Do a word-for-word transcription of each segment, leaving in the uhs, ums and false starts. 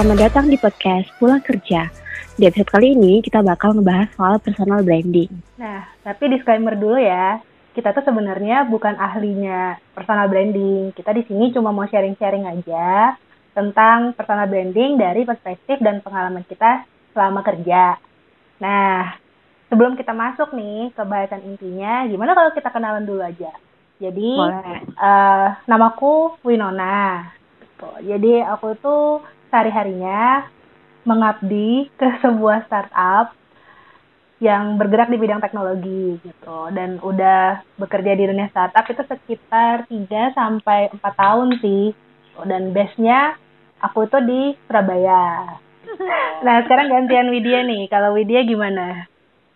selamat datang di podcast Pulang Kerja. Di episode kali ini kita bakal ngebahas soal personal branding. Nah, tapi disclaimer dulu ya. Kita tuh sebenarnya bukan ahlinya personal branding. Kita di sini cuma mau sharing-sharing aja tentang personal branding dari perspektif dan pengalaman kita selama kerja. Nah, sebelum kita masuk nih ke bahasan intinya, gimana kalau kita kenalan dulu aja? Jadi, uh, namaku Winona. Gitu. Jadi, aku tuh sehari-harinya mengabdi ke sebuah startup yang bergerak di bidang teknologi gitu, dan udah bekerja di dunia startup itu sekitar tiga sampai empat tahun sih, dan base-nya aku tuh di Surabaya. Nah, sekarang gantian Widya nih. Kalau Widya gimana?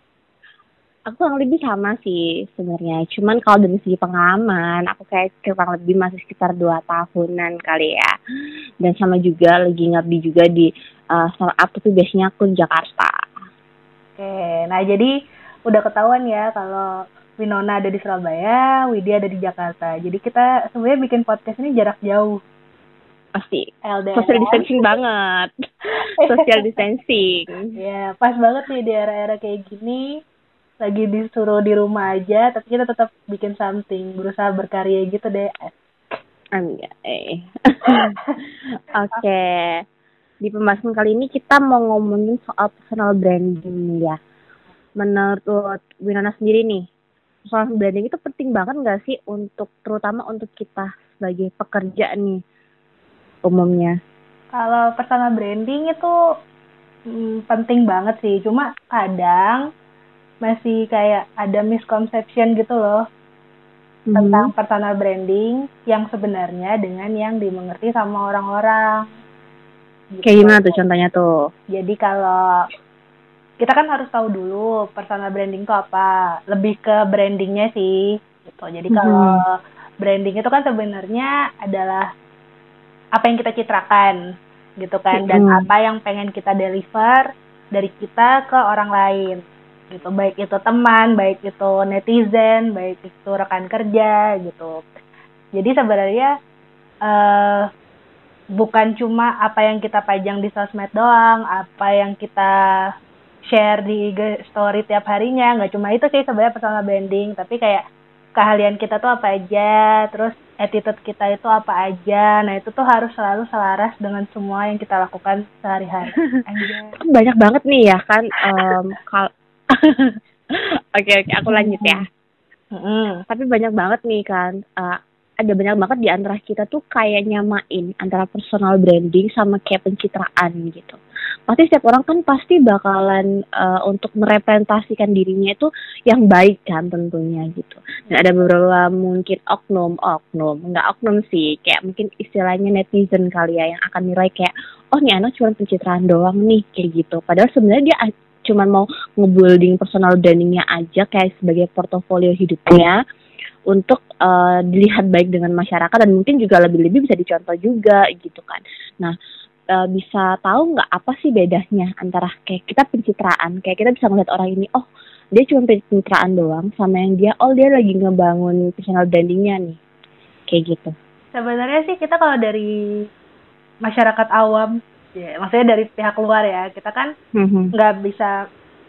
Aku kurang lebih sama sih sebenarnya, cuman kalau dari segi pengalaman aku kayak kurang lebih masih sekitar dua tahunan kali ya, dan sama juga lagi ngabdi juga di uh, startup itu biasanya aku di Jakarta. Oke, nah jadi udah ketahuan ya kalau Winona ada di Surabaya, Widya ada di Jakarta. Jadi kita sebenarnya bikin podcast ini jarak jauh. Pasti. L D R. Social distancing banget. Social distancing. Ya, pas banget nih di era-era kayak gini. Lagi disuruh di rumah aja, tapi kita tetap bikin something, berusaha berkarya gitu deh. Amin. Eh. Oke. Di pembahasan kali ini kita mau ngomongin soal personal branding ya. Menurut Winona sendiri nih, personal branding itu penting banget nggak sih untuk, terutama untuk kita sebagai pekerja nih umumnya? Kalau personal branding itu hmm, penting banget sih, cuma kadang masih kayak ada misconception gitu loh mm-hmm. tentang personal branding yang sebenarnya dengan yang dimengerti sama orang-orang. Gitu. Kayak gimana tuh contohnya tuh? Jadi kalau kita kan harus tahu dulu personal branding itu apa, lebih ke brandingnya sih gitu. Jadi kalau mm-hmm. branding itu kan sebenarnya adalah apa yang kita citrakan gitu kan, mm-hmm. dan apa yang pengen kita deliver dari kita ke orang lain gitu, baik itu teman, baik itu netizen, baik itu rekan kerja gitu. Jadi sebenarnya uh, bukan cuma apa yang kita pajang di sosmed doang, apa yang kita share di I G story tiap harinya, nggak cuma itu sih sebenarnya personal branding, tapi kayak keahlian kita tuh apa aja, terus attitude kita itu apa aja. Nah itu tuh harus selalu selaras dengan semua yang kita lakukan sehari-hari. Banyak banget nih ya kan. Um, kal- oke oke aku lanjut ya. Mm-hmm. Tapi banyak banget nih kan. Uh, ada banyak banget di antara kita tuh kayak nyamain antara personal branding sama kayak pencitraan gitu. Pasti setiap orang kan pasti bakalan uh, untuk merepresentasikan dirinya itu yang baik kan tentunya gitu. Dan ada beberapa mungkin oknum-oknum, enggak oknum sih, kayak mungkin istilahnya netizen kali ya yang akan nilai kayak, oh nih anak cuma pencitraan doang nih kayak gitu. Padahal sebenarnya dia cuma mau nge-building personal brandingnya aja kayak sebagai portofolio hidupnya untuk uh, dilihat baik dengan masyarakat, dan mungkin juga lebih-lebih bisa dicontoh juga gitu kan. Nah, uh, bisa tahu nggak apa sih bedanya antara kayak kita pencitraan, kayak kita bisa melihat orang ini, oh dia cuma pencitraan doang, sama yang dia, oh dia lagi ngebangun personal brandingnya nih, kayak gitu. Sebenarnya sih kita kalau dari masyarakat awam, ya, maksudnya dari pihak luar ya, kita kan nggak mm-hmm. bisa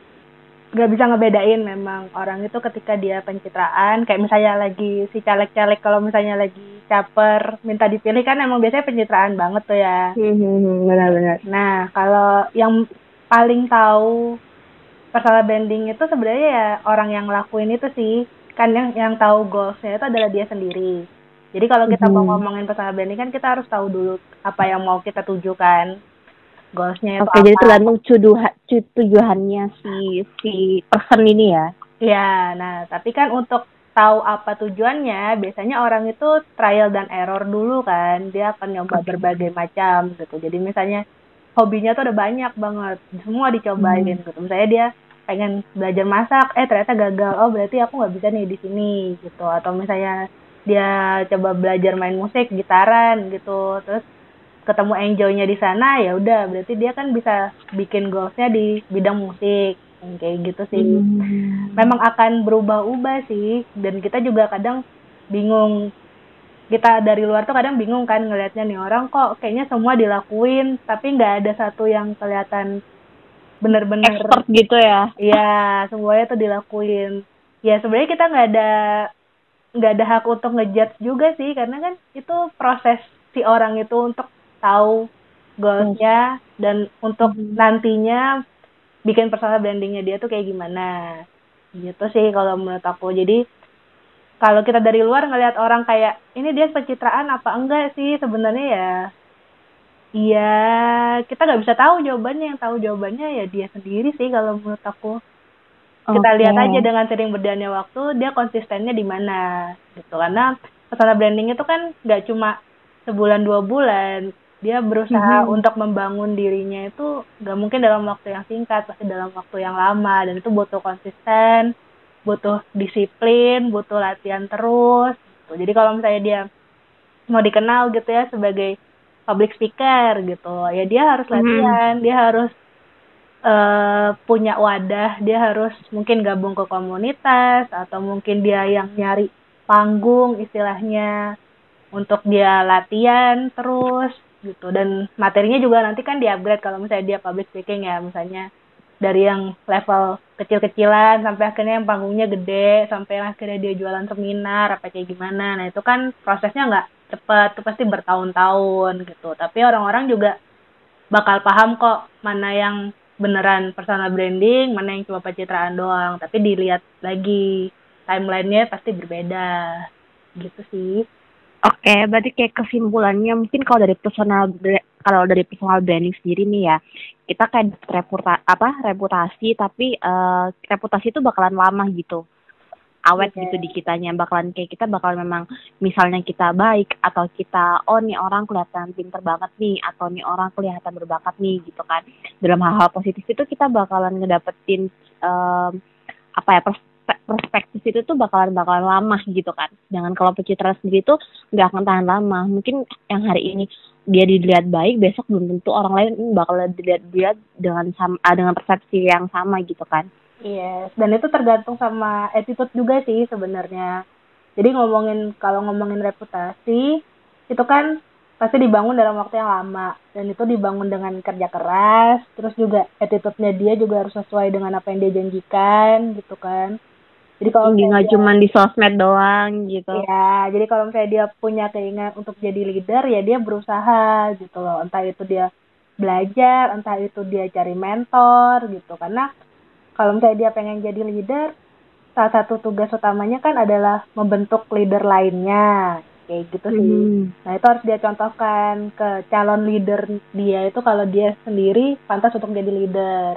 nggak bisa ngebedain memang orang itu ketika dia pencitraan, kayak misalnya lagi si caleg-caleg kalau misalnya lagi caper minta dipilih kan emang biasanya pencitraan banget tuh ya. Hmm, benar-benar. Nah kalau yang paling tahu personal branding itu sebenarnya ya orang yang ngelakuin itu sih, kan yang yang tahu goalsnya itu adalah dia sendiri. Jadi kalau kita hmm. mau ngomongin personal branding kan kita harus tahu dulu apa yang mau kita tujukan. Goalsnya itu Oke, apa? Jadi tergantung tujuan, tujuannya si si person ini ya. Iya, nah tapi kan untuk tahu apa tujuannya, biasanya orang itu trial dan error dulu kan. Dia akan nyoba okay. berbagai macam gitu. Jadi misalnya hobinya tuh ada banyak banget, semua dicobain hmm. gitu. Misalnya dia pengen belajar masak, eh ternyata gagal. Oh berarti aku nggak bisa nih di sini gitu. Atau misalnya dia coba belajar main musik, gitaran gitu, terus ketemu enjoy-nya di sana, ya udah berarti dia kan bisa bikin goals-nya di bidang musik kayak gitu sih. Hmm. Memang akan berubah-ubah sih, dan kita juga kadang bingung kita dari luar tuh kadang bingung kan ngelihatnya nih orang kok kayaknya semua dilakuin tapi nggak ada satu yang kelihatan bener-bener expert gitu ya. Iya, semuanya tuh dilakuin. Ya sebenarnya kita nggak ada nggak ada hak untuk ngejudge juga sih karena kan itu proses si orang itu untuk tahu goalsnya dan untuk Mhm. nantinya bikin personal brandingnya dia tuh kayak gimana gitu sih kalau menurut aku. Jadi kalau kita dari luar ngelihat orang kayak ini dia pencitraan apa enggak sih sebenarnya ya iya kita nggak bisa tahu jawabannya, yang tahu jawabannya ya dia sendiri sih kalau menurut aku. Kita Oke. lihat aja dengan sering berjalannya waktu dia konsistennya di mana gitu karena personal branding itu kan nggak cuma sebulan dua bulan, dia berusaha Mhm. untuk membangun dirinya itu nggak mungkin dalam waktu yang singkat, pasti dalam waktu yang lama dan itu butuh konsisten, butuh disiplin, butuh latihan terus gitu. Jadi kalau misalnya dia mau dikenal gitu ya sebagai public speaker gitu ya dia harus Mhm. latihan, dia harus Uh, punya wadah, dia harus mungkin gabung ke komunitas atau mungkin dia yang nyari panggung istilahnya untuk dia latihan terus gitu dan materinya juga nanti kan di-upgrade kalau misalnya dia public speaking ya misalnya dari yang level kecil-kecilan sampai akhirnya yang panggungnya gede sampai akhirnya dia jualan seminar apa kayak gimana. Nah itu kan prosesnya nggak cepat, itu pasti bertahun-tahun gitu tapi orang-orang juga bakal paham kok mana yang beneran personal branding, mana yang cuma pencitraan doang. Tapi dilihat lagi timelinenya pasti berbeda, gitu sih. Oke, berarti kayak kesimpulannya mungkin kalau dari personal kalau dari personal branding sendiri nih ya, kita kayak reputa apa reputasi tapi uh, reputasi itu bakalan lama gitu. Awet Yeah. gitu di kitanya, bakalan kayak kita bakalan memang misalnya kita baik atau kita oh nih orang kelihatan pinter banget nih atau nih orang kelihatan berbakat nih gitu kan. Dalam hal-hal positif itu kita bakalan ngedapetin um, apa ya perspektif itu tuh bakalan bakalan lama gitu kan. Jangan kalau pencitraan sendiri tuh nggak akan tahan lama. Mungkin yang hari ini dia dilihat baik, besok belum tentu orang lain bakal dilihat dia dengan sama dengan persepsi yang sama gitu kan. Yes, dan itu tergantung sama attitude juga sih sebenarnya. Jadi ngomongin kalau ngomongin reputasi itu kan pasti dibangun dalam waktu yang lama dan itu dibangun dengan kerja keras, terus juga attitude-nya dia juga harus sesuai dengan apa yang dia janjikan gitu kan. Jadi kalau nggak dia, cuma di sosmed doang gitu. ya, jadi kalau misalnya dia punya keinginan untuk jadi leader, ya dia berusaha gitu loh. Entah itu dia belajar, entah itu dia cari mentor gitu. Karena kalau misalnya dia pengen jadi leader, salah satu tugas utamanya kan adalah membentuk leader lainnya. Kayak gitu sih. Mm-hmm. Nah itu harus dia contohkan ke calon leader dia itu kalau dia sendiri pantas untuk jadi leader.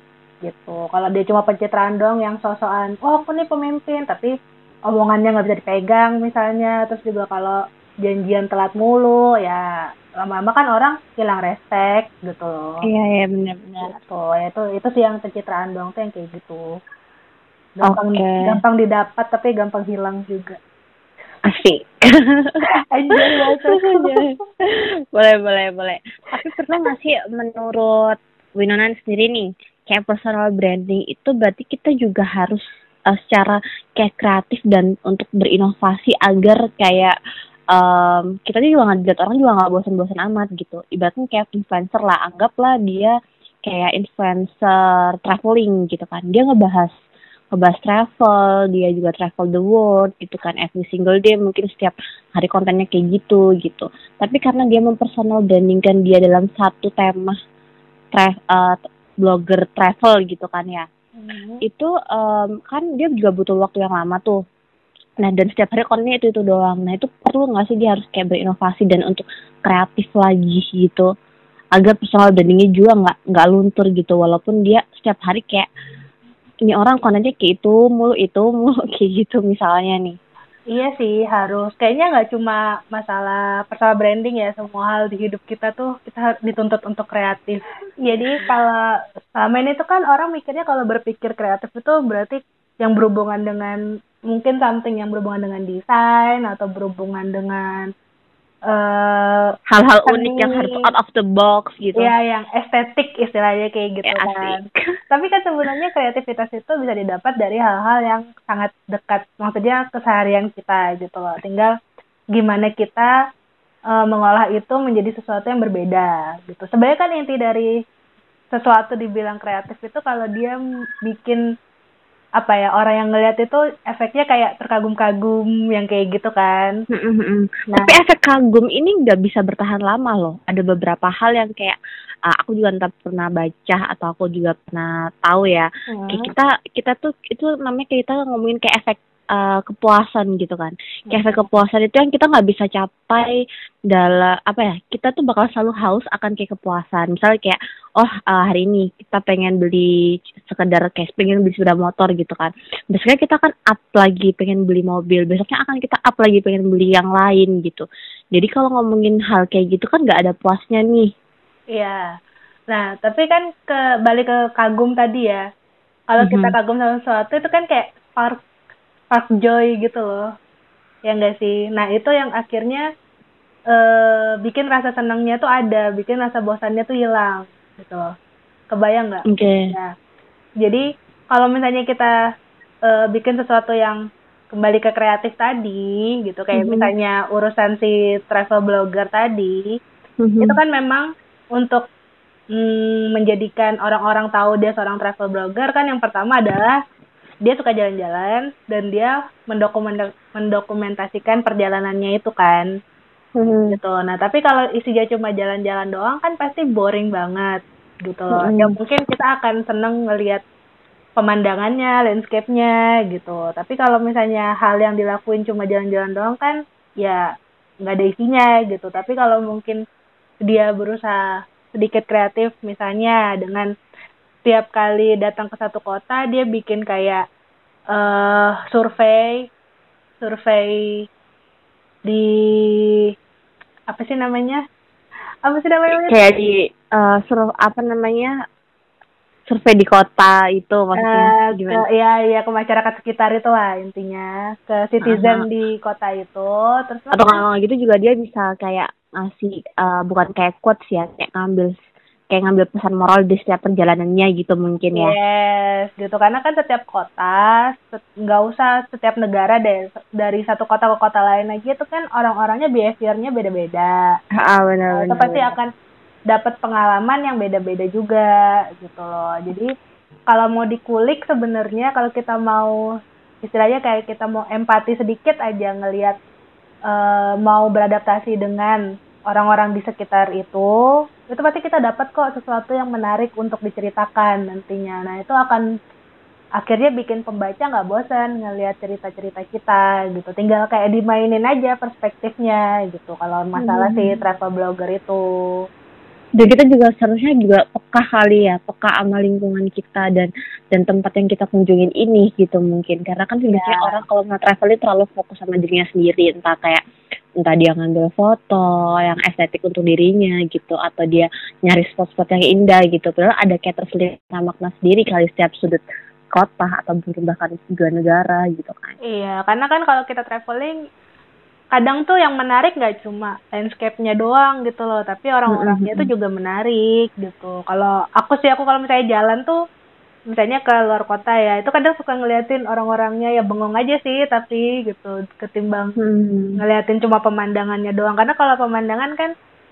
Gitu. Kalau dia cuma pencitraan dong yang sosokan, oh aku nih pemimpin, tapi omongannya nggak bisa dipegang misalnya, terus juga kalau janjian telat mulu, ya lama-lama kan orang hilang respect gitu loh. Iya iya benar-benar. Gitu. Ya, itu itu sih yang pencitraan dong tuh yang kayak gitu. Gampang okay. gampang didapat tapi gampang hilang juga. Asik. Anjir bahasa. boleh boleh boleh. Tapi pernah nggak sih menurut Winona sendiri nih, kayak personal branding itu berarti kita juga harus uh, secara kayak kreatif dan untuk berinovasi agar kayak um, kita juga nggak dilihat orang juga nggak bosan-bosan amat gitu. Ibaratnya kayak influencer lah, anggaplah dia kayak influencer traveling gitu kan, dia ngebahas ngebahas travel, dia juga travel the world gitu kan, every single day mungkin setiap hari kontennya kayak gitu gitu. Tapi karena dia mempersonal brandingkan dia dalam satu tema tra- uh, blogger travel gitu kan ya, mm-hmm. itu um, kan dia juga butuh waktu yang lama tuh. Nah dan setiap hari kontennya itu itu doang. Nah itu perlu nggak sih dia harus kayak berinovasi dan untuk kreatif lagi gitu, agar personal brandingnya juga nggak nggak luntur gitu, walaupun dia setiap hari kayak ini orang kontennya kayak itu mulu itu mulu kayak gitu misalnya nih. Iya sih harus, kayaknya nggak cuma masalah personal branding ya, semua hal di hidup kita tuh kita dituntut untuk kreatif. Jadi kalau selama ini tuh kan orang mikirnya kalau berpikir kreatif itu berarti yang berhubungan dengan mungkin something yang berhubungan dengan desain atau berhubungan dengan uh, hal-hal unik yang harus out of the box gitu. Iya, yang estetik istilahnya kayak gitu ya, kan. Tapi kan sebenarnya kreativitas itu bisa didapat dari hal-hal yang sangat dekat, maksudnya keseharian kita gitu loh. Tinggal gimana kita uh, mengolah itu menjadi sesuatu yang berbeda gitu. Sebenarnya kan inti dari sesuatu dibilang kreatif itu kalau dia bikin apa ya, orang yang ngelihat itu efeknya kayak terkagum-kagum yang kayak gitu kan. Mm-mm. Nah, tapi efek kagum ini nggak bisa bertahan lama loh. Ada beberapa hal yang kayak uh, aku juga entah pernah baca atau aku juga pernah tahu ya. Hmm. Kayak kita kita tuh itu namanya kayak kita ngomongin kayak efek uh, kepuasan gitu kan. Kayak efek kepuasan itu yang kita nggak bisa capai dalam apa ya? Kita tuh bakal selalu haus akan kayak kepuasan. Misalnya kayak oh uh, hari ini kita pengen beli sekedar cash, pengen beli sepeda motor gitu kan. Besoknya kita akan up lagi pengen beli mobil, besoknya akan kita up lagi pengen beli yang lain gitu. Jadi kalau ngomongin hal kayak gitu kan nggak ada puasnya nih. Iya. Nah tapi kan ke balik ke kagum tadi ya. Kalau mm-hmm. kita kagum sama sesuatu itu kan kayak spark spark joy gitu loh, ya nggak sih? Nah itu yang akhirnya uh, bikin rasa senangnya tuh ada, bikin rasa bosannya tuh hilang gitu loh. Kebayang nggak? Oke. Okay. Nah, jadi kalau misalnya kita uh, bikin sesuatu yang kembali ke kreatif tadi gitu, kayak mm-hmm. misalnya urusan si travel blogger tadi, mm-hmm. itu kan memang untuk mm, menjadikan orang-orang tahu dia seorang travel blogger kan yang pertama adalah dia suka jalan-jalan dan dia mendokument- mendokumentasikan perjalanannya itu kan. Hmm. Gitu. Nah, tapi kalau isinya cuma jalan-jalan doang kan pasti boring banget gitu loh. Hmm. Ya mungkin kita akan seneng ngelihat pemandangannya, landscape-nya gitu. Tapi kalau misalnya hal yang dilakuin cuma jalan-jalan doang kan ya nggak ada isinya gitu. Tapi kalau mungkin dia berusaha sedikit kreatif misalnya dengan tiap kali datang ke satu kota dia bikin kayak uh, survei survei di apa sih namanya? Apa sih namanya? Kayak di uh, sur apa namanya? Survei di kota itu maksudnya uh, gimana? Ke, ya ya ke masyarakat sekitar itu lah intinya, ke citizen uh-huh. di kota itu. Terus atau kalau gitu juga dia bisa kayak ngasih uh, bukan kayak quotes ya, kayak ngambil kayak ngambil pesan moral di setiap perjalanannya gitu mungkin ya. Yes, gitu. Karena kan setiap kota, nggak usah setiap negara deh, dari satu kota ke kota lain aja itu kan orang-orangnya behavior-nya beda-beda. Ah, benar-benar. Itu pasti akan dapat pengalaman yang beda-beda juga gitu loh. Jadi kalau mau dikulik sebenarnya kalau kita mau istilahnya kayak kita mau empati sedikit aja ngelihat uh, mau beradaptasi dengan orang-orang di sekitar itu, itu pasti kita dapat kok sesuatu yang menarik untuk diceritakan nantinya. Nah itu akan akhirnya bikin pembaca nggak bosan ngelihat cerita-cerita kita gitu. Tinggal kayak dimainin aja perspektifnya gitu. Kalau masalah hmm. si travel blogger itu. Dan kita juga seharusnya juga peka kali ya, peka sama lingkungan kita dan dan tempat yang kita kunjungin ini gitu mungkin. Karena kan biasanya ya. Orang kalau mau traveling terlalu fokus sama dirinya sendiri, entah kayak entah dia ngambil foto yang estetik untuk dirinya gitu, atau dia nyari spot-spot yang indah gitu. Padahal ada kayak terselip makna sendiri kali setiap sudut kota atau bahkan sebuah negara gitu kan. Iya, karena kan kalau kita traveling kadang tuh yang menarik nggak cuma landscape-nya doang gitu loh, tapi orang-orangnya mm-hmm. tuh juga menarik gitu. Kalau aku sih, aku kalau misalnya jalan tuh, misalnya ke luar kota ya, itu kadang suka ngeliatin orang-orangnya ya bengong aja sih, tapi gitu, ketimbang hmm. ngeliatin cuma pemandangannya doang. Karena kalau pemandangan kan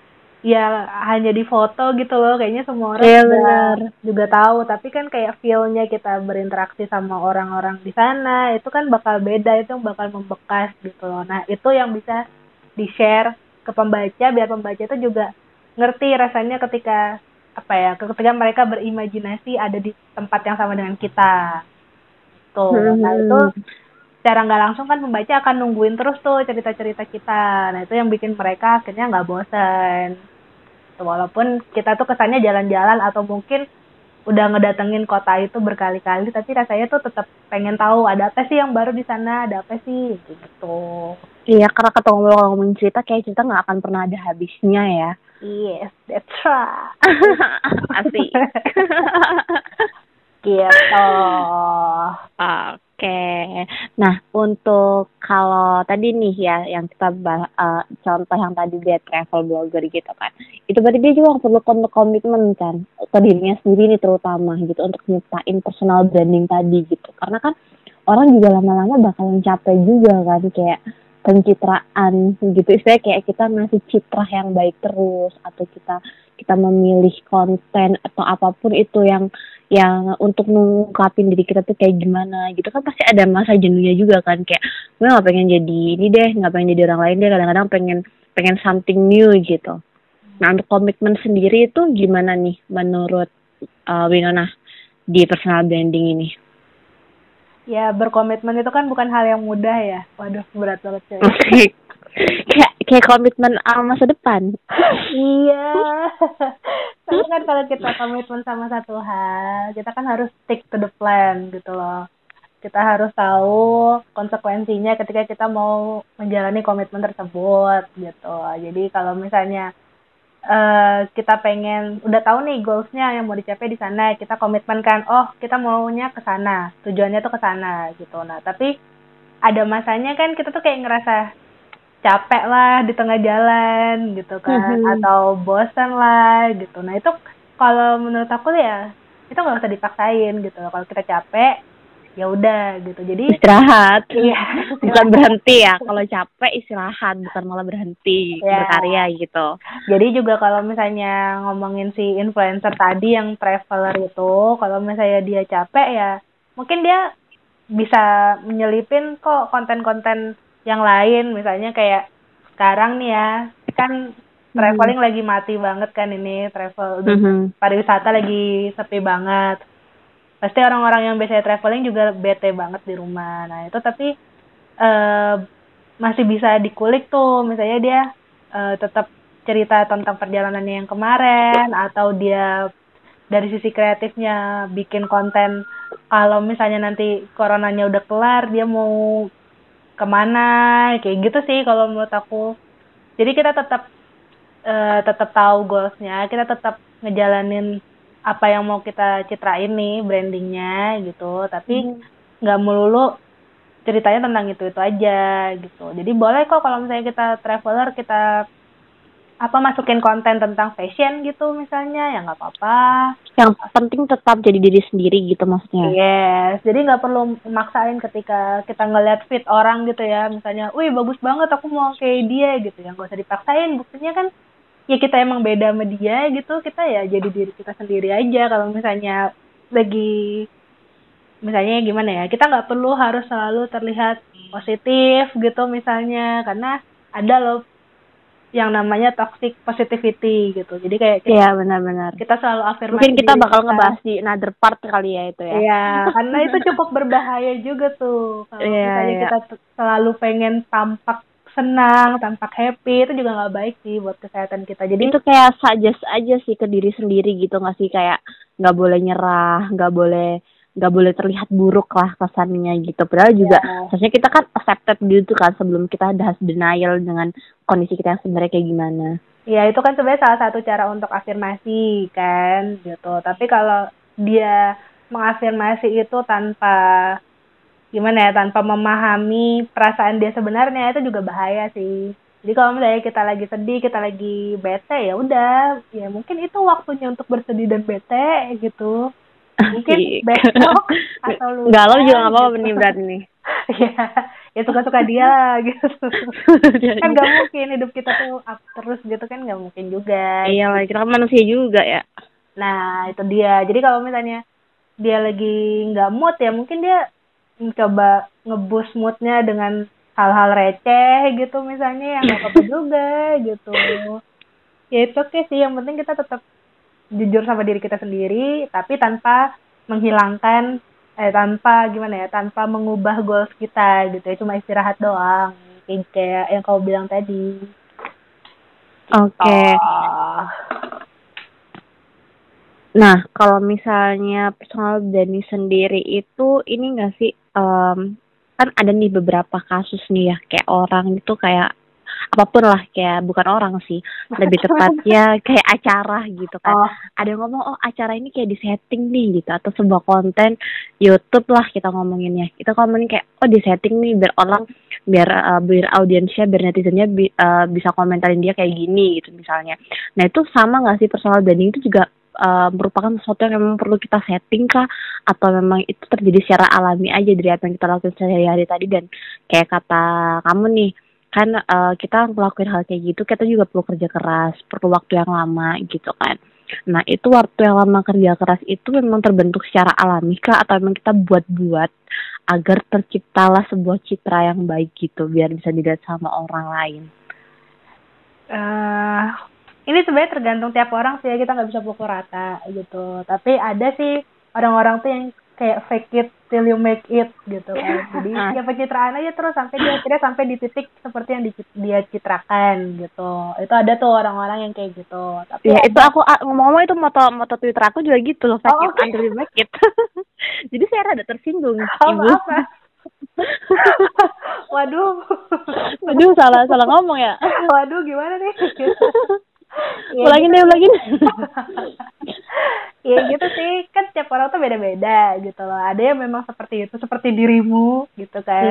ya hanya di foto gitu loh, kayaknya semua orang yeah, juga, juga tahu. Tapi kan kayak feel-nya kita berinteraksi sama orang-orang di sana, itu kan bakal beda, itu bakal membekas gitu loh. Nah itu yang bisa di-share ke pembaca, biar pembaca itu juga ngerti rasanya ketika apa ya, ketika mereka berimajinasi ada di tempat yang sama dengan kita. Tuh, hmm. Nah itu secara nggak langsung kan pembaca akan nungguin terus tuh cerita-cerita kita. Nah itu yang bikin mereka akhirnya nggak bosan. Tuh, walaupun kita tuh kesannya jalan-jalan atau mungkin udah ngedatengin kota itu berkali-kali, tapi rasanya tuh tetap pengen tahu ada apa sih yang baru di sana, ada apa sih gitu. Iya, karena ketemu ngomongin cerita kayak cerita nggak akan pernah ada habisnya ya. Yes, that's right. Asik. Gitu. Oke. Nah, untuk kalau tadi nih ya, yang kita bah, uh, contoh yang tadi dia travel blogger gitu kan. Itu berarti dia juga perlu komitmen kan ke dirinya sendiri nih terutama gitu untuk nyiptain personal branding tadi gitu. Karena kan orang juga lama-lama bakalan capek juga kan kayak pencitraan gitu, istilahnya kayak kita ngasih citra yang baik terus, atau kita kita memilih konten atau apapun itu yang yang untuk mengungkapin diri kita tuh kayak gimana gitu kan, pasti ada masa jenuhnya juga kan, kayak gue nggak pengen jadi ini deh, nggak pengen jadi orang lain deh, kadang-kadang pengen pengen something new gitu. Nah, untuk komitmen sendiri itu gimana nih menurut uh, Winona di personal branding ini? Ya, berkomitmen itu kan bukan hal yang mudah ya. Waduh, berat banget coy. kayak kayak komitmen sama masa depan. Iya. Tapi kan kalau kita komitmen sama satu hal, kita kan harus stick to the plan gitu loh. Kita harus tahu konsekuensinya ketika kita mau menjalani komitmen tersebut gitu. Jadi kalau misalnya Uh, kita pengen udah tahu nih goalsnya yang mau dicapai di sana, kita komitmen kan, oh kita maunya ke sana, tujuannya tuh ke sana gitu. Nah tapi ada masanya kan kita tuh kayak ngerasa capek lah di tengah jalan gitu kan, mm-hmm. atau bosan lah gitu. Nah itu kalau menurut aku ya itu nggak usah dipaksain gitu. Kalau kita capek ya udah gitu, jadi istirahat. Iya, bukan berhenti ya, kalau capek istirahat, bukan malah berhenti ya. Berkarya gitu. Jadi juga kalau misalnya ngomongin si influencer tadi yang traveler itu, kalau misalnya dia capek ya mungkin dia bisa menyelipin kok konten-konten yang lain, misalnya kayak sekarang nih ya kan traveling hmm. lagi mati banget kan, ini travel hmm. pariwisata lagi sepi banget. Pasti orang-orang yang biasanya traveling juga bete banget di rumah. Nah itu tapi uh, masih bisa dikulik tuh. Misalnya dia uh, tetap cerita tentang perjalanannya yang kemarin, atau dia dari sisi kreatifnya bikin konten kalau misalnya nanti coronanya udah kelar dia mau kemana, kayak gitu sih kalau menurut aku. Jadi kita tetap uh, tetap tahu goalsnya, kita tetap ngejalanin apa yang mau kita citrain nih brandingnya gitu, tapi nggak hmm. melulu ceritanya tentang itu itu aja gitu. Jadi boleh kok kalau misalnya kita traveler kita apa masukin konten tentang fashion gitu misalnya, ya nggak apa-apa. Yang penting tetap jadi diri sendiri gitu maksudnya. Yes, jadi nggak perlu maksain ketika kita ngeliat fit orang gitu ya, misalnya, wih bagus banget aku mau kayak dia gitu, yang nggak usah dipaksain. Buktinya kan ya kita emang beda sama dia gitu, kita ya jadi diri kita sendiri aja. Kalau misalnya lagi misalnya gimana ya, kita nggak perlu harus selalu terlihat positif gitu misalnya, karena ada loh yang namanya toxic positivity gitu. Jadi kayak iya benar-benar kita selalu afirmasi. Mungkin kita bakal kita. ngebahas di another part kali ya itu ya. Iya, karena itu cukup berbahaya juga tuh kalau yeah, misalnya yeah. kita t- selalu pengen tampak senang, tampak happy, itu juga nggak baik sih buat kesehatan kita. Jadi itu kayak suggest aja sih ke diri sendiri gitu nggak sih, kayak nggak boleh nyerah, nggak boleh nggak boleh terlihat buruk lah kesannya gitu. Padahal juga yeah. seharusnya kita kan accepted gitu kan sebelum kita ada denial dengan kondisi kita yang sebenarnya kayak gimana. Iya, itu kan sebenarnya salah satu cara untuk afirmasi kan gitu. Tapi kalau dia mengafirmasi itu tanpa gimana ya, tanpa memahami perasaan dia sebenarnya, itu juga bahaya sih. Jadi kalau misalnya kita lagi sedih, kita lagi bete, ya udah, ya mungkin itu waktunya untuk bersedih dan bete gitu. Mungkin besok atau lusa. Galau juga nggak apa-apa nih berat nih. Ya, ya suka-suka dia lah gitu. Kan nggak mungkin hidup kita tuh up terus gitu kan, nggak mungkin juga. Iya lah, kita kan manusia juga ya. Nah itu dia. Jadi kalau misalnya dia lagi nggak mood ya mungkin dia mencoba nge-boost moodnya dengan hal-hal receh gitu misalnya, yang nggak apa-apa juga gitu. Ya itu oke sih, yang penting kita tetap jujur sama diri kita sendiri, tapi tanpa menghilangkan eh tanpa gimana ya, tanpa mengubah goals kita gitu ya, cuma istirahat doang kayak yang kau bilang tadi. Oke. Okay. Oh. Nah, kalau misalnya personal branding sendiri itu ini nggak sih, um, kan ada nih beberapa kasus nih ya, kayak orang itu kayak apapun lah, kayak bukan orang sih, lebih tepatnya kayak acara gitu kan. Oh. Ada yang ngomong, oh acara ini kayak disetting nih gitu, atau sebuah konten YouTube lah kita ngomonginnya. Kita ngomongin kayak, oh disetting nih biar orang, biar uh, biar audiensnya, biar netizennya bi, uh, bisa komentarin dia kayak gini gitu misalnya. Nah itu sama nggak sih, personal branding itu juga uh, merupakan sesuatu yang memang perlu kita setting kah? Atau memang itu terjadi secara alami aja dari apa yang kita lakukan sehari-hari tadi, dan kayak kata kamu nih, kan uh, kita ngelakuin hal kayak gitu kita juga perlu kerja keras, perlu waktu yang lama gitu kan. Nah itu waktu yang lama kerja keras itu memang terbentuk secara alami kah atau memang kita buat-buat agar terciptalah sebuah citra yang baik gitu biar bisa dilihat sama orang lain? Uh, ini sebenarnya tergantung tiap orang sih ya, kita nggak bisa pukul rata gitu. Tapi ada sih orang-orang tuh yang kayak fake it till you make it gitu kan. Jadi ya pencitraan aja terus sampai dia akhirnya sampai di titik seperti yang di, dia citrakan gitu. Itu ada tuh orang-orang yang kayak gitu. Tapi ya ada... itu aku ngomong-ngomong itu moto moto Twitter aku juga gitu loh, fake oh, it okay. until you make it. Jadi saya rada tersinggung. Oh, ibu. Maaf, Mas. Waduh. Waduh, salah salah ngomong ya. Waduh, gimana nih? Ya, ulangin deh, ulangin. Ya gitu sih, kan setiap orang tuh beda-beda gitu loh. Ada yang memang seperti itu, seperti dirimu gitu kan.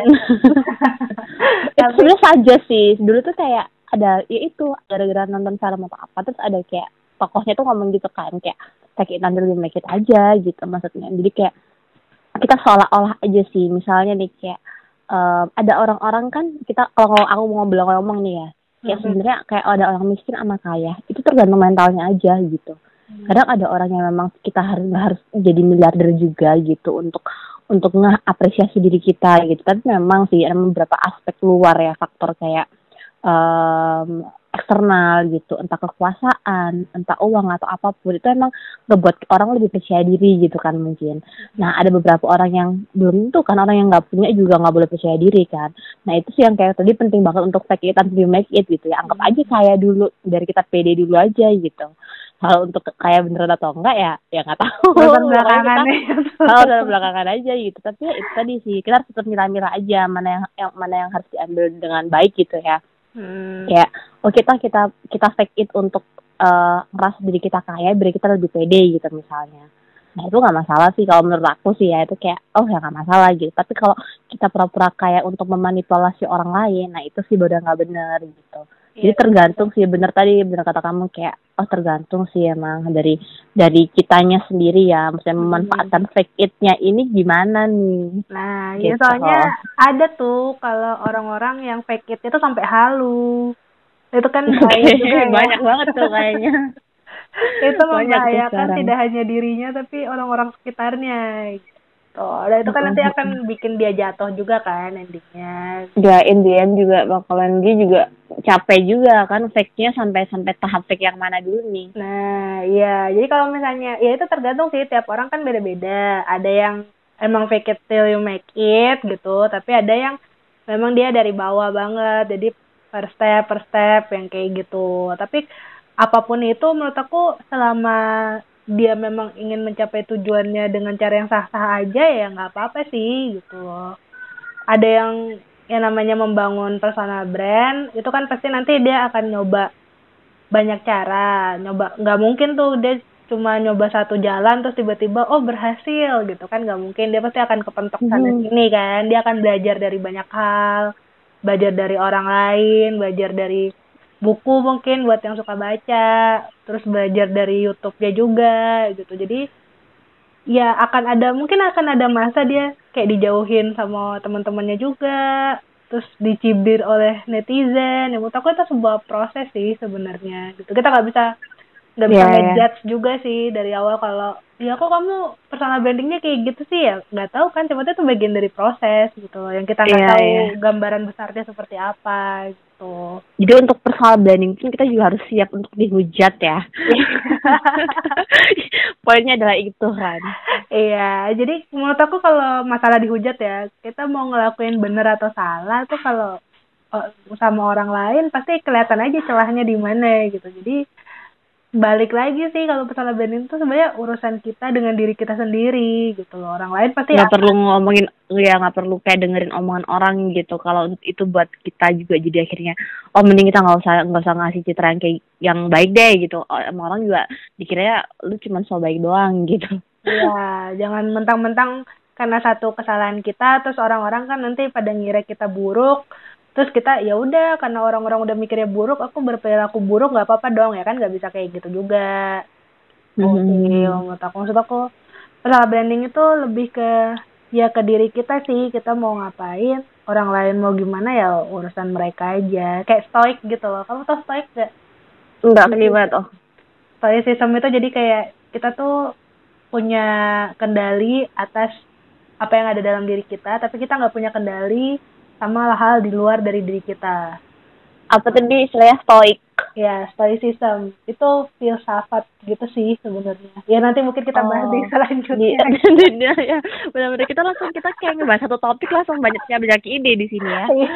Itu sebenarnya saja sih. Dulu tuh kayak ada, ya itu, gara-gara nonton film atau apa, terus ada kayak tokohnya tuh ngomong gitu kan, kayak take it until you make it aja gitu maksudnya. Jadi kayak kita seolah-olah aja sih, misalnya nih kayak um, ada orang-orang kan, kita kalau aku mau ngomong-ngomong nih ya, kayak mm-hmm. sebenarnya kayak ada orang miskin sama kaya, itu tergantung mentalnya aja gitu. Hmm. Kadang ada orang yang memang kita harus harus jadi miliarder juga gitu untuk untuk ngeapresiasi diri kita gitu. Tapi memang sih ada beberapa aspek luar ya, faktor kayak um, eksternal gitu, entah kekuasaan, entah uang atau apapun, itu emang ngebuat orang lebih percaya diri gitu kan mungkin. Nah ada beberapa orang yang belum tuh kan, orang yang nggak punya juga nggak boleh percaya diri kan. Nah itu sih yang kayak tadi penting banget untuk fake it until you make it gitu ya. Anggap aja kaya dulu, dari kita pede dulu aja gitu. Kalau untuk kayak beneran atau enggak ya ya nggak tahu. Dalam belakangan kalau dalam belakangan aja gitu. Tapi ya itu tadi sih, kita harus tetap milah-milah aja mana yang, yang mana yang harus diambil dengan baik gitu ya. Hmm. Kayak oh kita kita kita fake it untuk uh, merasa diri kita kaya, diri kita lebih pede gitu misalnya. Nah itu nggak masalah sih kalau menurut aku sih ya, itu kayak oh ya nggak masalah gitu. Tapi kalau kita pura-pura kaya untuk memanipulasi orang lain, nah itu sih udah nggak benar gitu. Jadi yeah. tergantung sih, bener tadi bener kata kamu kayak oh tergantung sih emang dari dari kitanya sendiri ya, maksudnya hmm. memanfaatkan fake it-nya ini gimana nih. Nah gitu. Ya soalnya ada tuh kalau orang-orang yang fake it itu sampai halu, itu kan bahaya juga ya. Banyak banget tuh kayaknya. Itu membahayakan tidak hanya dirinya tapi orang-orang sekitarnya. Oh, dan itu kan nanti akan bikin dia jatuh juga kan endingnya. Ya, in the end juga bakalan dia juga capek juga kan fake-nya sampai sampai tahap fake yang mana dulu nih. Nah, iya. Jadi kalau misalnya ya itu tergantung sih, tiap orang kan beda-beda. Ada yang emang fake it till you make it gitu, tapi ada yang memang dia dari bawah banget. Jadi per step per step yang kayak gitu. Tapi apapun itu menurut aku selama dia memang ingin mencapai tujuannya dengan cara yang sah-sah aja ya nggak apa-apa sih gitu loh. Ada yang yang namanya membangun personal brand itu kan pasti nanti dia akan nyoba banyak cara, nyoba nggak mungkin tuh dia cuma nyoba satu jalan terus tiba-tiba oh berhasil gitu kan, nggak mungkin. Dia pasti akan kepentok sana hmm. sini kan, dia akan belajar dari banyak hal, belajar dari orang lain, belajar dari buku mungkin buat yang suka baca, terus belajar dari YouTube-nya juga gitu. Jadi ya akan ada, mungkin akan ada masa dia kayak dijauhin sama teman-temannya juga, terus dicibir oleh netizen. Ya menurut aku itu sebuah proses sih sebenarnya gitu. Kita nggak bisa nggak bisa yeah, ngejudge yeah. juga sih dari awal kalau ya kok kamu personal brandingnya kayak gitu sih, ya nggak tahu kan, sebetulnya itu bagian dari proses gitu yang kita nggak yeah, tahu yeah. gambaran besarnya seperti apa gitu. Jadi untuk personal branding pun kita juga harus siap untuk dihujat ya. Poinnya adalah itu kan. Iya, jadi menurut aku kalau masalah dihujat ya, kita mau ngelakuin bener atau salah tuh kalau sama orang lain pasti kelihatan aja celahnya di mana gitu. Jadi balik lagi sih kalau personal branding itu sebenarnya urusan kita dengan diri kita sendiri gitu loh. Orang lain pasti nggak perlu ngomongin, ya nggak perlu kayak dengerin omongan orang gitu. Kalau itu buat kita juga jadi akhirnya oh mending kita nggak usah nggak usah ngasih citra yang kayak yang baik deh gitu. Oh, emang orang juga dikiranya lu cuma so baik doang gitu. Iya, jangan mentang-mentang karena satu kesalahan kita terus orang-orang kan nanti pada ngira kita buruk. Terus kita ya udah karena orang-orang udah mikirnya buruk, aku berperilaku buruk nggak apa-apa dong ya kan, nggak bisa kayak gitu juga. Oke, mm-hmm. menurut aku maksud aku personal branding itu lebih ke ya ke diri kita sih, kita mau ngapain orang lain mau gimana ya urusan mereka aja. Kayak stoik gitu loh. Kamu tau stoik gak? Enggak, gimana tuh? Stoicism itu jadi kayak kita tuh punya kendali atas apa yang ada dalam diri kita, tapi kita nggak punya kendali sama hal di luar dari diri kita. Apa tadi istilahnya stoik? Ya, stoicism itu filsafat gitu sih sebenarnya. Ya nanti mungkin kita bahas di Oh, di selanjutnya. dunia ya. Benar-benar kita langsung kita kayak ngebahas satu topik langsung banyaknya banyak ide di sini ya. Iya.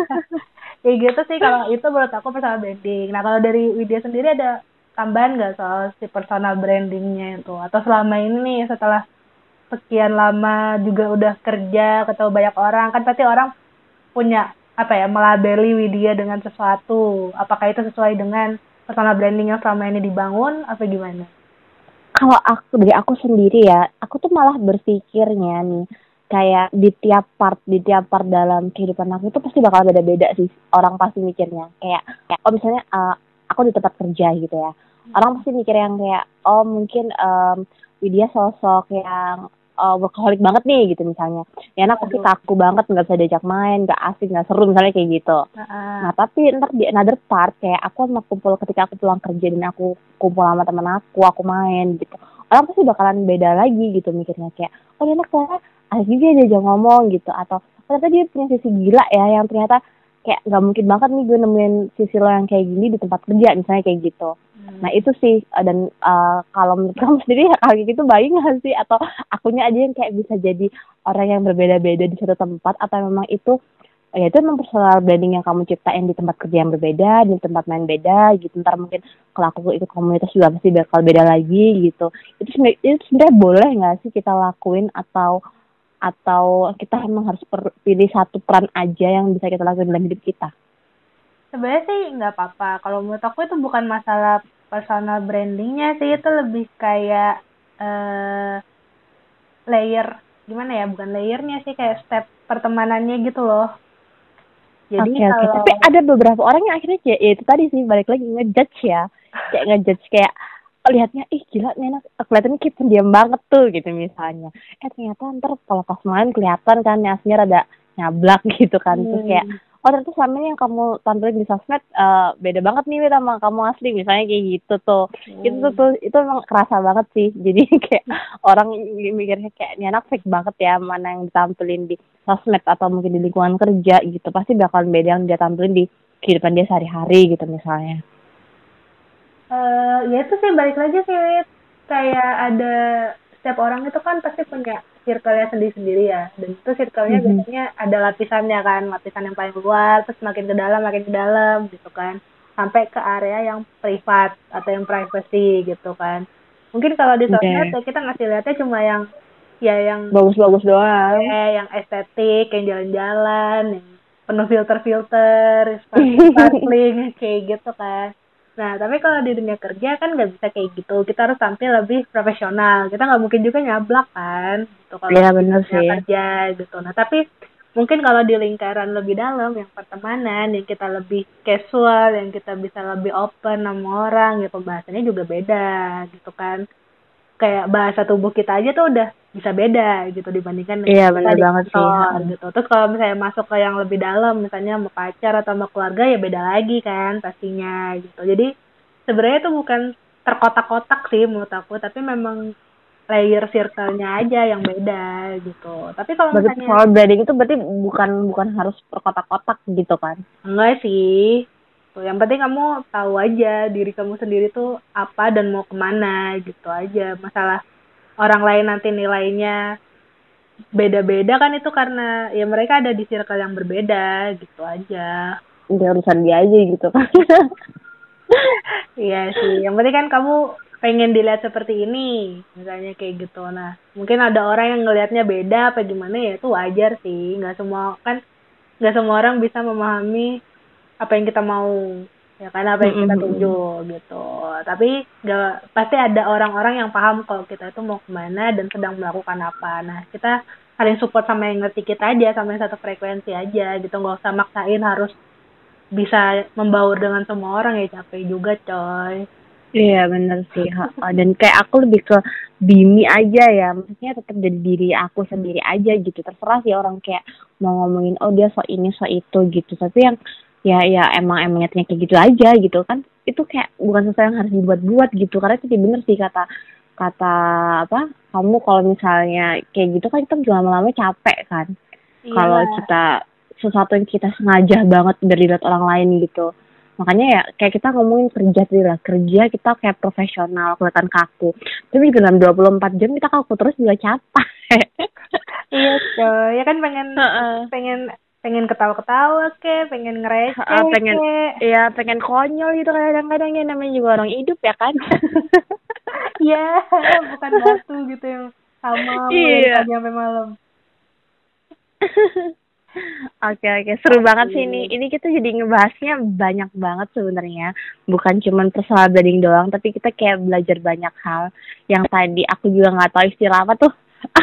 Ya gitu sih kalau itu menurut aku personal branding. Nah kalau dari Widya sendiri ada tambahan nggak soal si personal brandingnya itu? Atau selama ini nih setelah sekian lama juga udah kerja ketemu banyak orang kan pasti orang punya apa ya melabeli Widya dengan sesuatu. Apakah itu sesuai dengan personal branding yang selama ini dibangun apa gimana? Kalau aku dari aku sendiri ya, aku tuh malah berpikirnya nih kayak di tiap part di tiap part dalam kehidupan aku itu pasti bakal beda-beda sih orang pasti mikirnya kayak kayak oh misalnya uh, aku di tempat kerja gitu ya orang pasti mikir yang kayak oh mungkin um, Widya sosok yang uh, workaholic banget nih gitu misalnya ya anak pasti kaku banget nggak bisa diajak main nggak asik nggak seru misalnya kayak gitu. Uh-uh. Nah tapi ntar di another part kayak aku sama kumpul ketika aku pulang kerja dan aku kumpul sama teman aku aku main gitu orang pasti bakalan beda lagi gitu mikirnya kayak oh dia anak ternyata asik juga dia aja ngomong gitu atau ternyata dia punya sisi gila ya yang ternyata kayak nggak mungkin banget nih gue nemuin sisi lo yang kayak gini di tempat kerja misalnya kayak gitu. Hmm. Nah itu sih dan uh, kalau menurut kamu sendiri hal kayak gitu baik nggak sih atau akunya aja yang kayak bisa jadi orang yang berbeda-beda di satu tempat atau memang itu ya itu memang personal branding yang kamu ciptain di tempat kerja yang berbeda, di tempat main beda gitu. Ntar mungkin kalau aku ikut komunitas juga pasti bakal beda lagi gitu. Itu sebenarnya itu sebenarnya boleh nggak sih kita lakuin atau atau kita emang harus per, pilih satu peran aja yang bisa kita lakuin dalam hidup kita? Sebenarnya sih nggak apa-apa. Kalau menurut aku itu bukan masalah personal brandingnya sih, itu lebih kayak uh, layer gimana ya? Bukan layernya sih, kayak step pertemanannya gitu loh. Jadi okay, kalau okay. Tapi ada beberapa orang yang akhirnya kayak ya itu tadi sih balik lagi ngejudge ya, kayak ngejudge kayak lihatnya ih gila nih anak kelihatannya kayak pendiam banget tuh gitu misalnya eh ternyata ntar kalau pas main kelihatan kan aslinya rada nyablak gitu kan hmm. Terus kayak oh ternyata selama ini yang kamu tampilin di sosmed uh, beda banget nih sama kamu asli misalnya kayak gitu tuh hmm. itu tuh, tuh itu emang kerasa banget sih jadi kayak orang mikirnya kayak ini anak fake banget ya mana yang ditampilin di sosmed atau mungkin di lingkungan kerja gitu pasti bakalan beda yang dia tampilin di kehidupan dia sehari-hari gitu misalnya. Uh, ya itu sih balik lagi sih kayak ada setiap orang itu kan pasti punya circle-nya sendiri-sendiri ya dan itu circle-nya mm-hmm. biasanya ada lapisannya kan lapisan yang paling luar terus makin ke dalam makin ke dalam gitu kan sampai ke area yang privat atau yang privacy gitu kan mungkin kalau di sosmed okay. ya kita ngasih lihatnya cuma yang ya yang bagus-bagus doang ya, yang estetik yang jalan-jalan yang penuh filter-filter sparkling kayak gitu kan. Nah, tapi kalau di dunia kerja kan nggak bisa kayak gitu. Kita harus tampil lebih profesional. Kita nggak mungkin juga nyablak kan. Gitu, kalau ya, bener di dunia sih. kerja gitu. Nah, tapi mungkin kalau di lingkaran lebih dalam, yang pertemanan, yang kita lebih casual, yang kita bisa lebih open sama orang, ya pembahasannya juga beda gitu kan. Kayak bahasa tubuh kita aja tuh udah bisa beda gitu dibandingkan dengan iya, kita bener di banget kantor sih. gitu. Terus kalau misalnya masuk ke yang lebih dalam, misalnya sama pacar atau sama keluarga ya beda lagi kan pastinya gitu. Jadi sebenarnya itu bukan terkotak-kotak sih menurut aku, tapi memang layer circle-nya aja yang beda gitu. Tapi kalau berarti misalnya soal branding itu berarti bukan bukan harus terkotak-kotak gitu kan? Enggak sih. Tuh, yang penting kamu tahu aja diri kamu sendiri tuh apa dan mau kemana gitu aja. Masalah orang lain nanti nilainya beda-beda kan itu karena ya mereka ada di circle yang berbeda gitu aja. Udah urusan dia aja gitu kan. Iya sih. Yang penting kan kamu pengen dilihat seperti ini, misalnya kayak gitu. Nah, mungkin ada orang yang ngelihatnya beda apa gimana ya itu wajar sih. Nggak semua kan nggak semua orang bisa memahami apa yang kita mau ya kan apa yang kita tuju gitu tapi gak, pasti ada orang-orang yang paham kalau kita itu mau kemana dan sedang melakukan apa. Nah kita saling support sama yang ngerti kita aja sama yang satu frekuensi aja gitu nggak usah maksain harus bisa membaur dengan semua orang ya capek juga coy. Iya bener sih, heeh, dan kayak aku lebih ke Bimi aja ya, maksudnya tetap jadi diri aku sendiri aja gitu, terserah sih orang kayak mau ngomongin, "Oh dia sok ini, sok itu," gitu, tapi yang ya ya emang emang niatnya kayak gitu aja gitu kan, itu kayak bukan sesuatu yang harus dibuat-buat gitu, karena itu sih bener sih kata kata apa, kamu kalau misalnya kayak gitu kan kita juga lama-lama capek kan, kalau Iyalah. kita sesuatu yang kita sengaja banget dari lihat orang lain gitu. Makanya ya kayak kita ngomongin kerja tadi lah, kerja kita kayak profesional, kelihatan kaku. Tapi dalam dua puluh empat jam kita kaku terus juga capek. Iya coy, ya kan pengen Heeh. pengen pengen ketawa-ketawa ke, pengen Heeh, ngereceh pengen ke. ya pengen konyol gitu kadang-kadang ya namanya juga orang hidup ya kan. Iya, bukan batu gitu yang sama mulu dari Iya. pagi sampai malam. Oke oke, seru banget sih ini. Oke. Ini kita jadi ngebahasnya banyak banget sebenarnya. Bukan cuman personal branding doang, tapi kita kayak belajar banyak hal yang tadi aku juga nggak tahu istilah apa tuh.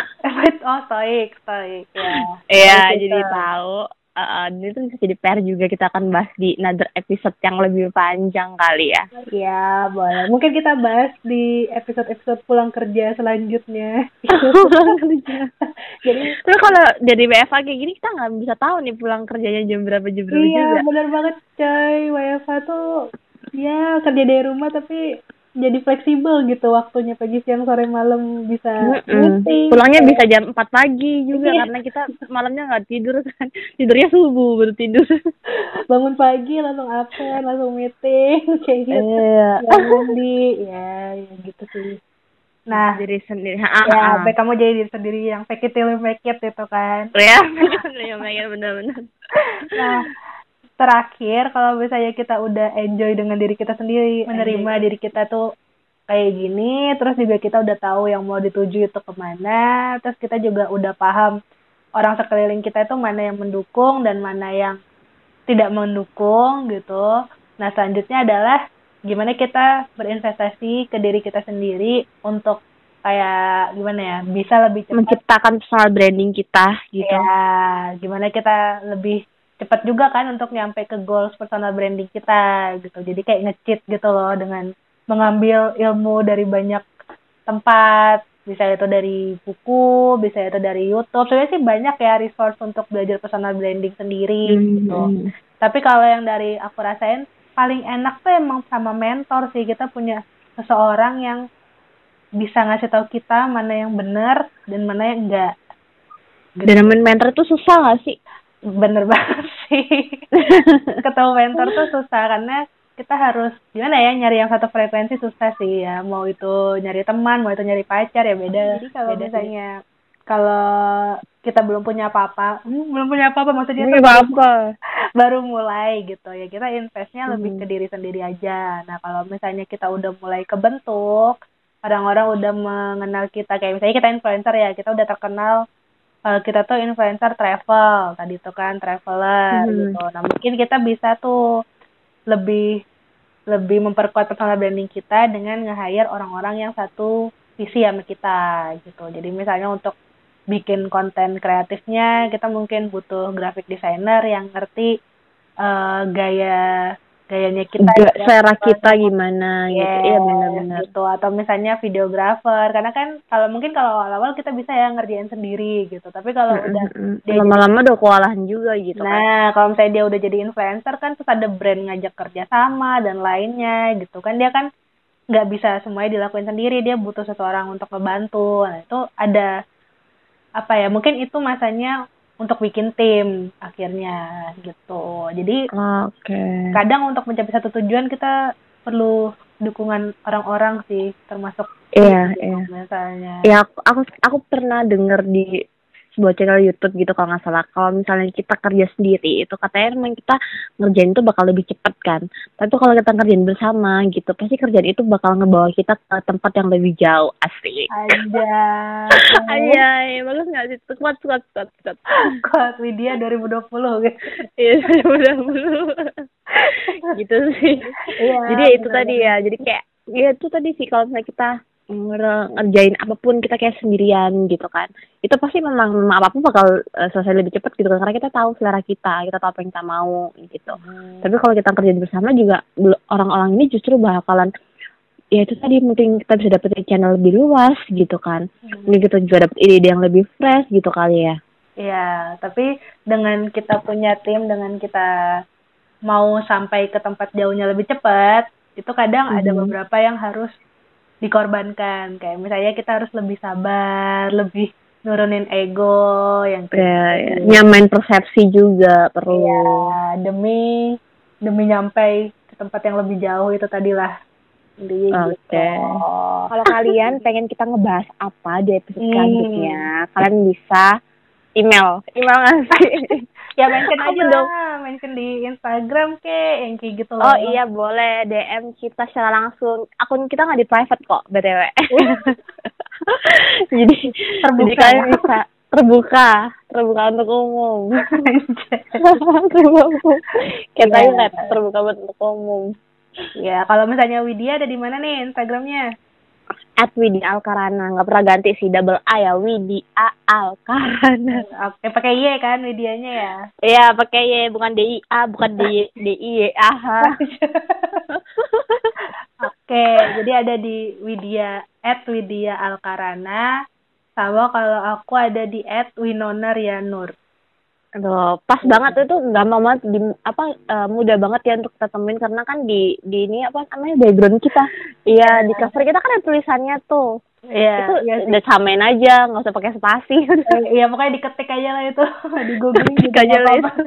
Oh, stoik, stoik ya. Iya, jadi Stoicism. tahu. Uh, ini tuh bisa jadi P R juga kita akan bahas di another episode yang lebih panjang kali ya. Ya, boleh. Mungkin kita bahas di episode-episode pulang kerja selanjutnya. Pulang kerja. Jadi, Terus kalau dari W F H kayak gini kita nggak bisa tahu nih pulang kerjanya jam berapa jam berapa iya, juga. benar banget, coy. W F H tuh, ya kerja dari rumah tapi jadi fleksibel gitu waktunya pagi, siang, sore, malam bisa Mm-mm. meeting. Pulangnya bisa jam empat pagi juga Iya. karena kita malamnya nggak tidur kan. Tidurnya subuh baru tidur. Bangun pagi langsung absen, langsung meeting, kayak gitu. Iya. Ya, mandi, ya, ya gitu sih. Nah, Diri sendiri. ya, Ah, baik kamu jadi diri sendiri yang fake it till you make it itu kan. ya, benar-benar benar-benar. Nah, terakhir kalau misalnya kita udah enjoy dengan diri kita sendiri, menerima Enjoy. diri kita tuh kayak gini, terus juga kita udah tahu yang mau dituju itu kemana, terus kita juga udah paham orang sekeliling kita itu mana yang mendukung dan mana yang tidak mendukung gitu. Nah, selanjutnya adalah gimana kita berinvestasi ke diri kita sendiri untuk kayak gimana ya, bisa lebih cepat menciptakan personal branding kita gitu. ya, gimana kita lebih cepat juga kan untuk nyampe ke goals personal branding kita gitu. Jadi kayak nge-cheat gitu loh dengan mengambil ilmu dari banyak tempat, bisa itu dari buku, bisa itu dari YouTube. Sebenarnya sih banyak ya resource untuk belajar personal branding sendiri gitu. Hmm. Tapi kalau yang dari aku rasain paling enak tuh emang sama mentor sih. Kita punya seseorang yang bisa ngasih tahu kita mana yang benar dan mana yang enggak. Dan nemuin mentor tuh susah gak sih? Bener banget sih. Ketemu mentor tuh susah karena kita harus gimana ya, nyari yang satu frekuensi susah sih ya. Mau itu nyari teman, mau itu nyari pacar ya beda. Jadi kalau misalnya kalau kita belum punya apa-apa, hmm, belum punya apa-apa maksudnya tuh baru, apa? baru mulai gitu ya. Kita investnya Hmm. lebih ke diri sendiri aja. Nah, kalau misalnya kita udah mulai kebentuk, orang-orang udah mengenal kita, kayak misalnya kita influencer ya, kita udah terkenal. Kalau kita tuh influencer travel, tadi tuh kan traveler Hmm. gitu. Nah, mungkin kita bisa tuh lebih lebih memperkuat personal branding kita dengan nge-hire orang-orang yang satu visi sama kita gitu. Jadi misalnya untuk bikin konten kreatifnya, kita mungkin butuh graphic designer yang ngerti uh, gaya gayanya kita, Gak, selera kita gimana gitu. yes, Iya benar-benar. gitu. Atau misalnya videographer, karena kan kalau mungkin kalau awal-awal kita bisa ya ngerjain sendiri gitu. Tapi kalau Mm-mm. udah dia lama-lama udah kewalahan juga gitu nah, kan. Nah, kalau misalnya dia udah jadi influencer kan terus ada brand ngajak kerja sama dan lainnya gitu kan, dia kan nggak bisa semuanya dilakuin sendiri, dia butuh seseorang untuk ngebantu. Nah, itu ada apa ya? Mungkin itu masanya untuk bikin tim akhirnya gitu. Jadi okay. kadang untuk mencapai satu tujuan kita perlu dukungan orang-orang sih, termasuk iya gitu, iya misalnya. Ya aku aku, aku pernah dengar di sebuah channel YouTube gitu kalau nggak salah, kalau misalnya kita kerja sendiri itu katanya emang kita ngerjain itu bakal lebih cepet kan, tapi kalau kita ngerjain bersama gitu pasti kerjaan itu bakal ngebawa kita ke tempat yang lebih jauh. Asik aja aja bagus nggak sih, kuat kuat kuat kuat kuat Widya dua ribu dua puluh gitu. Iya dua ribu dua puluh gitu sih. Iya, jadi ya itu tadi ya, jadi kayak ya itu tadi sih, kalau misalnya kita ngerjain apapun kita kayak sendirian gitu kan, itu pasti memang, memang apapun bakal uh, selesai lebih cepat gitu kan, karena kita tahu selera kita, kita tahu apa yang kita mau gitu. Hmm. Tapi kalau kita kerjain bersama juga orang-orang ini justru bakalan ya itu tadi mungkin kita bisa dapetin channel lebih luas gitu kan. Hmm. Mungkin kita juga dapet ide-ide yang lebih fresh gitu kali ya. Iya, tapi dengan kita punya tim, dengan kita mau sampai ke tempat jauhnya lebih cepat, itu kadang mm-hmm. ada beberapa yang harus dikorbankan. Kayak misalnya kita harus lebih sabar, lebih nurunin ego yang ya, ya. Nyamain persepsi juga perlu. Ya, demi demi nyampai ke tempat yang lebih jauh itu tadilah. Oke. Okay. Gitu. Kalau kalian pengen kita ngebahas apa di episode hmm. selanjutnya, kalian bisa email, email nggak sih? Ya mention aja dong, mention di Instagram ke, yang kayak gitu loh. Oh iya boleh, D M kita secara langsung. Akun kita nggak di private kok, B T W. jadi terbuka, jadi kalian bisa terbuka, terbuka untuk umum. Kita ya. Lihat terbuka untuk umum. Ya, kalau misalnya Widya ada di mana nih Instagramnya? At Widya Alkarana, nggak pernah ganti sih, double A ya, Widya Alkarana. Oke, pakai Y kan Widyanya ya? Iya, pakai Y, bukan D I A, bukan D D I Y A H. Oke, jadi ada di Widya at Widya Alkarana, sama kalau aku ada di at Winona Rianur. Aduh, pas hmm. banget itu gampang banget di apa uh, mudah banget ya untuk kita temuin karena kan di di ini apa namanya background kita. Iya, yeah. Di cover kita kan ada tulisannya tuh. Iya. Yeah, itu yeah, udah samain aja, nggak usah pakai spasi. Iya, yeah, pokoknya diketik aja lah itu, di Google ketik aja lah itu.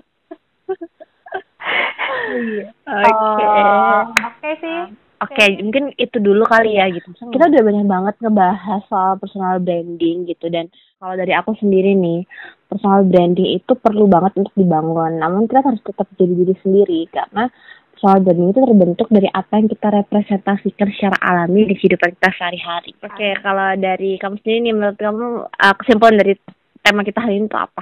Oke. Oke sih. Oke, okay, mungkin itu dulu kali ya gitu. Hmm. Kita udah banyak banget ngebahas soal personal branding gitu, dan kalau dari aku sendiri nih, personal branding itu perlu banget untuk dibangun. Namun kita harus tetap jadi diri sendiri karena personal branding itu terbentuk dari apa yang kita representasikan secara alami di kehidupan kita sehari-hari. Oke, okay, kalau dari kamu sendiri nih, menurut kamu uh, kesimpulan dari tema kita hari ini itu apa?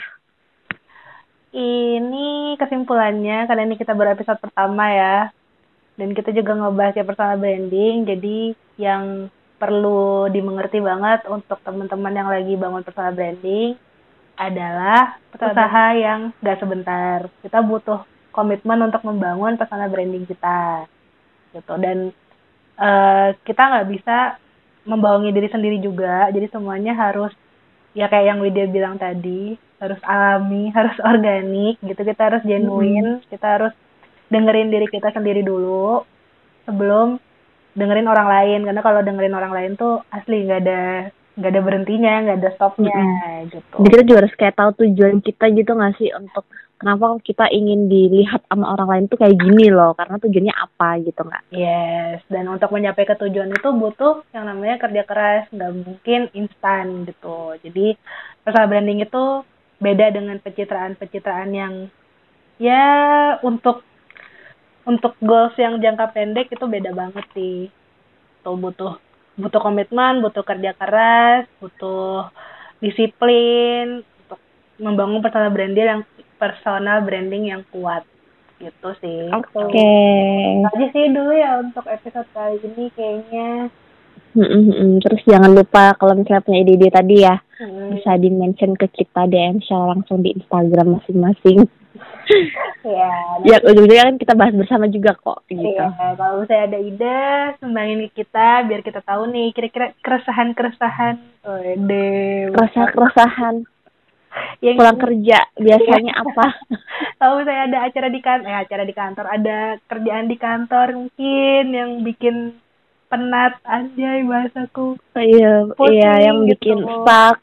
Ini kesimpulannya, karena ini kita baru episode pertama ya. Dan kita juga ngebahas ya personal branding, jadi yang perlu dimengerti banget untuk teman-teman yang lagi bangun personal branding adalah usaha yang gak sebentar. Kita butuh komitmen untuk membangun personal branding kita, gitu. Dan uh, kita nggak bisa membohongi diri sendiri juga, jadi semuanya harus ya kayak yang Widya bilang tadi, harus alami, harus organik, gitu. Kita harus genuine, hmm. kita harus dengerin diri kita sendiri dulu sebelum dengerin orang lain, karena kalau dengerin orang lain tuh asli nggak ada nggak ada berhentinya, nggak ada stopnya, mm-hmm. gitu. Jadi kita juga harus kayak tahu tujuan kita gitu nggak sih, untuk kenapa kita ingin dilihat sama orang lain tuh kayak gini loh, karena tujuannya apa gitu nggak? Yes, dan untuk mencapai ke tujuan itu butuh yang namanya kerja keras, nggak mungkin instan gitu. Jadi personal branding itu beda dengan pencitraan-pencitraan yang ya untuk untuk goals yang jangka pendek itu beda banget sih. Tuh butuh butuh komitmen, butuh kerja keras, butuh disiplin untuk membangun personal branding yang personal branding yang kuat gitu sih. Oke. Okay. Aja sih dulu ya untuk episode kali ini kayaknya. Mm-mm. Terus jangan lupa kalau misalnya punya ide-ide tadi ya, mm. bisa di-mention ke kita D M secara langsung di Instagram masing-masing. Ya, ya ujung-ujungnya kan kita bahas bersama juga kok gitu. Iya, kalau saya ada ide sumbangin ke kita biar kita tahu nih kira-kira keresahan-keresahan oh, ide keresahan-keresahan yang pulang kerja biasanya iya. Apa? Tahu saya ada acara di kantor, eh acara di kantor, ada kerjaan di kantor mungkin yang bikin penat, anjay bahasaku. Oh, iya, Pusing, iya yang gitu. Bikin stuck.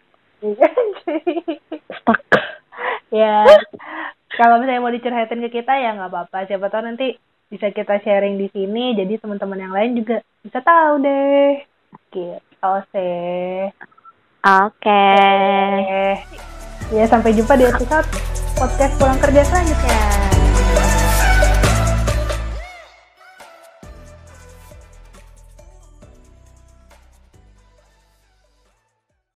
Stuck. Ya. Kalau misalnya mau dicurhatin ke kita ya nggak apa-apa. Siapa tahu nanti bisa kita sharing di sini. Jadi teman-teman yang lain juga bisa tahu deh. Gitu sih. Oke. Okay. Ya sampai jumpa di episode podcast pulang kerja selanjutnya.